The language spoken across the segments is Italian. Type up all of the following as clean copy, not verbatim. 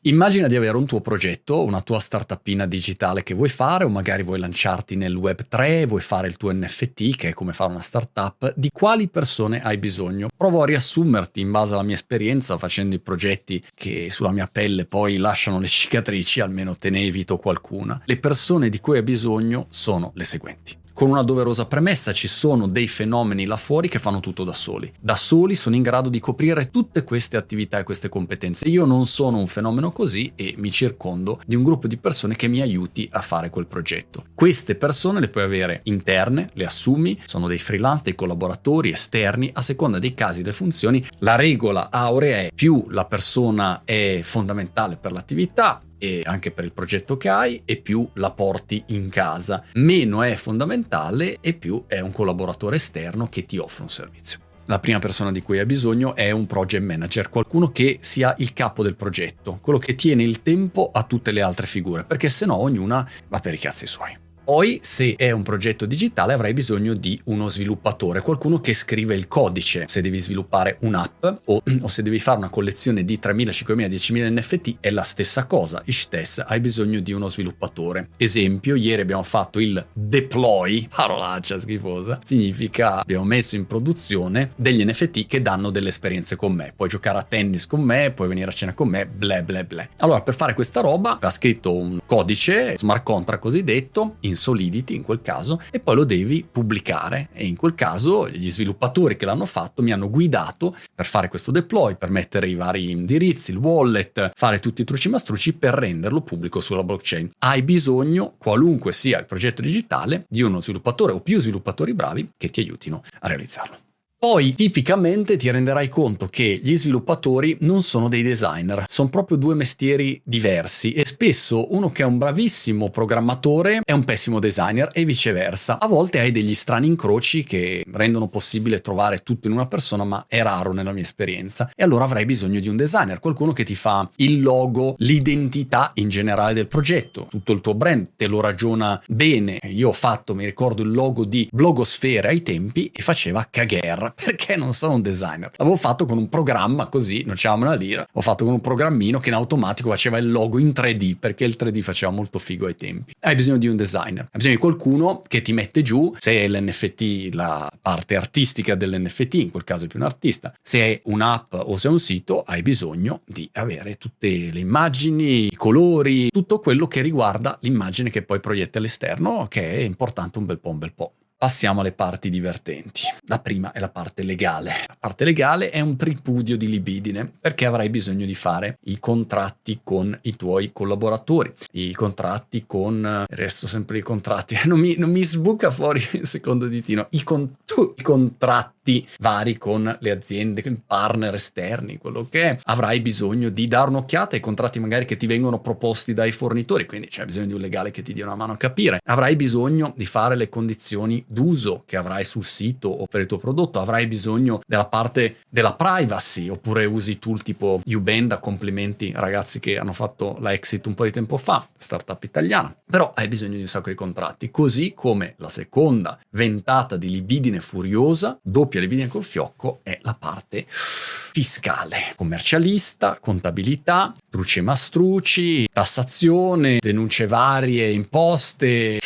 Immagina di avere un tuo progetto, una tua startupina digitale che vuoi fare, o magari vuoi lanciarti nel Web3, vuoi fare il tuo NFT, che è come fare una startup. Di quali persone hai bisogno? Provo a riassumerti in base alla mia esperienza facendo i progetti che sulla mia pelle poi lasciano le cicatrici, almeno te ne evito qualcuna. Le persone di cui hai bisogno sono le seguenti. Con una doverosa premessa: ci sono dei fenomeni là fuori che fanno tutto da soli. Da soli sono in grado di coprire tutte queste attività e queste competenze. Io non sono un fenomeno così e mi circondo di un gruppo di persone che mi aiuti a fare quel progetto. Queste persone le puoi avere interne, le assumi, sono dei freelance, dei collaboratori esterni, a seconda dei casi e delle funzioni. La regola aurea è: più la persona è fondamentale per l'attività e anche per il progetto che hai, e più la porti in casa. Meno è fondamentale e più è un collaboratore esterno che ti offre un servizio. La prima persona di cui hai bisogno è un project manager, qualcuno che sia il capo del progetto, quello che tiene il tempo a tutte le altre figure, perché sennò ognuna va per i cazzi suoi. Poi, se è un progetto digitale, avrai bisogno di uno sviluppatore, qualcuno che scrive il codice. Se devi sviluppare un'app o se devi fare una collezione di 3.000, 5.000, 10.000 NFT, è la stessa cosa. Hai bisogno di uno sviluppatore. Esempio, ieri abbiamo fatto il deploy, parolaccia schifosa, significa abbiamo messo in produzione degli NFT che danno delle esperienze con me. Puoi giocare a tennis con me, puoi venire a cena con me, bla bla bla. Allora, per fare questa roba ha scritto un codice, smart contract cosiddetto, in Solidity in quel caso, e poi lo devi pubblicare, e in quel caso gli sviluppatori che l'hanno fatto mi hanno guidato per fare questo deploy, per mettere i vari indirizzi, il wallet, fare tutti i truci mastrucci per renderlo pubblico sulla blockchain. Hai bisogno, qualunque sia il progetto digitale, di uno sviluppatore o più sviluppatori bravi che ti aiutino a realizzarlo. Poi tipicamente ti renderai conto che gli sviluppatori non sono dei designer, sono proprio due mestieri diversi, e spesso uno che è un bravissimo programmatore è un pessimo designer e viceversa. A volte hai degli strani incroci che rendono possibile trovare tutto in una persona, ma è raro nella mia esperienza, e allora avrai bisogno di un designer, qualcuno che ti fa il logo, l'identità in generale del progetto, tutto il tuo brand, te lo ragiona bene. Io ho fatto, mi ricordo, il logo di Blogosfera ai tempi e faceva cagare, perché non sono un designer. L'avevo fatto con un programma, così non c'avevamo una lira, ho fatto con un programmino che in automatico faceva il logo in 3D, perché il 3D faceva molto figo ai tempi. Hai bisogno di un designer, hai bisogno di qualcuno che ti mette giù, se è l'NFT, la parte artistica dell'NFT, in quel caso è più un artista, se è un'app o se è un sito, hai bisogno di avere tutte le immagini, i colori, tutto quello che riguarda l'immagine che poi proietti all'esterno, che è importante un bel po'. Passiamo alle parti divertenti. La prima è la parte legale. La parte legale è un tripudio di libidine, perché avrai bisogno di fare i contratti con i tuoi collaboratori, i contratti con... resto sempre i contratti, non mi sbuca fuori il secondo ditino, i contratti vari con le aziende, con i partner esterni, quello che è. Avrai bisogno di dare un'occhiata ai contratti magari che ti vengono proposti dai fornitori, quindi c'è bisogno di un legale che ti dia una mano a capire. Avrai bisogno di fare le condizioni d'uso che avrai sul sito o per il tuo prodotto. Avrai bisogno della parte della privacy, oppure usi tool tipo Ubenda. Complimenti ragazzi che hanno fatto la exit un po' di tempo fa, startup italiana. Però hai bisogno di un sacco di contratti, così come la seconda ventata di libidine furiosa, doppia libidine col fiocco, è la parte fiscale, commercialista, contabilità, truci e mastrucci, tassazione, denunce varie, imposte.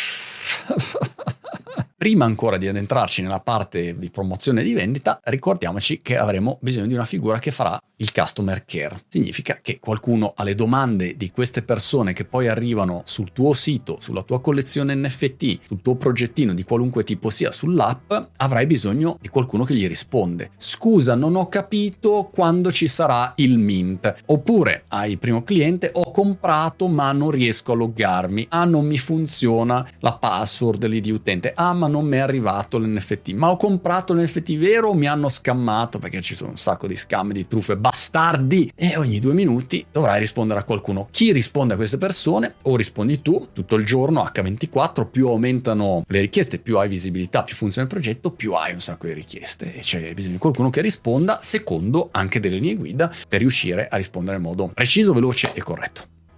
Prima ancora di addentrarci nella parte di promozione e di vendita, ricordiamoci che avremo bisogno di una figura che farà il customer care. Significa che qualcuno alle domande di queste persone che poi arrivano sul tuo sito, sulla tua collezione NFT, sul tuo progettino di qualunque tipo sia sull'app, avrai bisogno di qualcuno che gli risponde. Scusa, non ho capito quando ci sarà il mint. Oppure hai il primo cliente: ho comprato ma non riesco a loggarmi. Ah, non mi funziona la password lì di utente. Ah, ma non mi è arrivato l'NFT. Ma ho comprato l'NFT vero o mi hanno scammato? Perché ci sono un sacco di scam, di truffe, bastardi. E ogni 2 minuti dovrai rispondere a qualcuno. Chi risponde a queste persone? O rispondi tu tutto il giorno H24. Più aumentano le richieste, più hai visibilità, più funziona il progetto, più hai un sacco di richieste, e c'è bisogno di qualcuno che risponda secondo anche delle linee guida per riuscire a rispondere in modo preciso, veloce e corretto.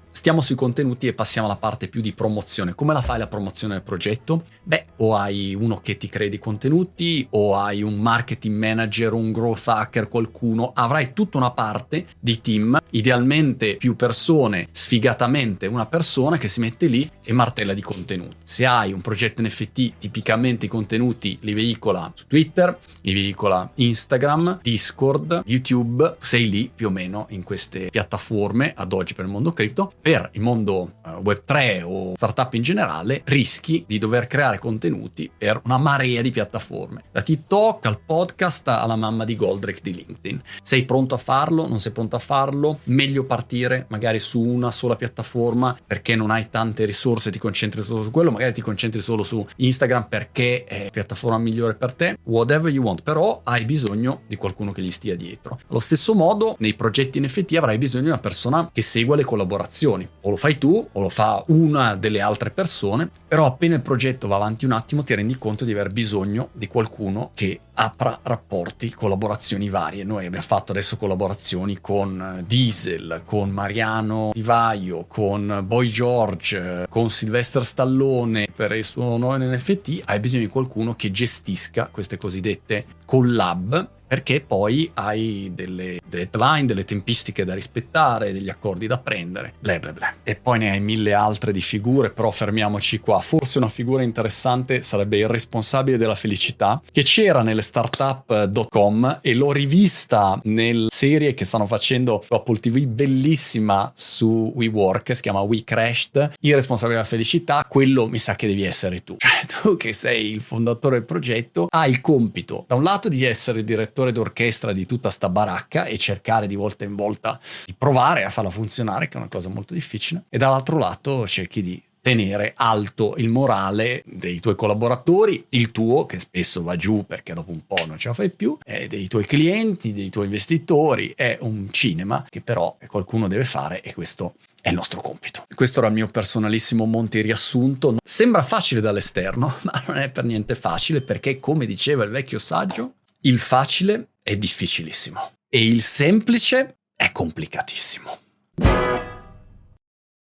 Stiamo sui contenuti e passiamo alla parte più di promozione. Come la fai la promozione del progetto? Beh, o hai uno che ti crei i contenuti, o hai un marketing manager, un growth hacker, qualcuno. Avrai tutta una parte di team, idealmente più persone, sfigatamente una persona che si mette lì e martella di contenuti. Se hai un progetto NFT, tipicamente i contenuti li veicola su Twitter, li veicola Instagram, Discord, YouTube. Sei lì più o meno in queste piattaforme ad oggi per il mondo cripto. Per il mondo Web3 o startup in generale rischi di dover creare contenuti per una marea di piattaforme, da TikTok al podcast alla mamma di Goldrake di LinkedIn. Sei pronto a farlo? Non sei pronto a farlo? Meglio partire magari su una sola piattaforma perché non hai tante risorse, ti concentri solo su quello, magari ti concentri solo su Instagram perché è la piattaforma migliore per te, whatever you want, però hai bisogno di qualcuno che gli stia dietro. Allo stesso modo nei progetti NFT avrai bisogno di una persona che segua le collaborazioni. O lo fai tu o lo fa una delle altre persone, però appena il progetto va avanti un attimo ti rendi conto di aver bisogno di qualcuno che apra rapporti, collaborazioni varie. Noi abbiamo fatto adesso collaborazioni con Diesel, con Mariano Di Vaio, con Boy George, con Sylvester Stallone per il suo nuovo NFT. Hai bisogno di qualcuno che gestisca queste cosiddette collab, perché poi hai delle deadline, delle tempistiche da rispettare, degli accordi da prendere, bla bla bla. E poi ne hai mille altre di figure, però fermiamoci qua. Forse una figura interessante sarebbe il responsabile della felicità, che c'era nelle startup.com e l'ho rivista nella serie che stanno facendo su Apple TV, bellissima, su WeWork, si chiama We Crashed. Il responsabile della felicità, quello mi sa che devi essere tu. Cioè, tu che sei il fondatore del progetto, hai il compito, da un lato, di essere il direttore d'orchestra di tutta sta baracca e cercare di volta in volta di provare a farla funzionare, che è una cosa molto difficile, e dall'altro lato cerchi di tenere alto il morale dei tuoi collaboratori, il tuo che spesso va giù perché dopo un po' non ce la fai più, dei tuoi clienti, dei tuoi investitori. È un cinema che però qualcuno deve fare e questo è il nostro compito. Questo era il mio personalissimo monte riassunto. Sembra facile dall'esterno, ma non è per niente facile, perché come diceva il vecchio saggio, il facile è difficilissimo e il semplice è complicatissimo.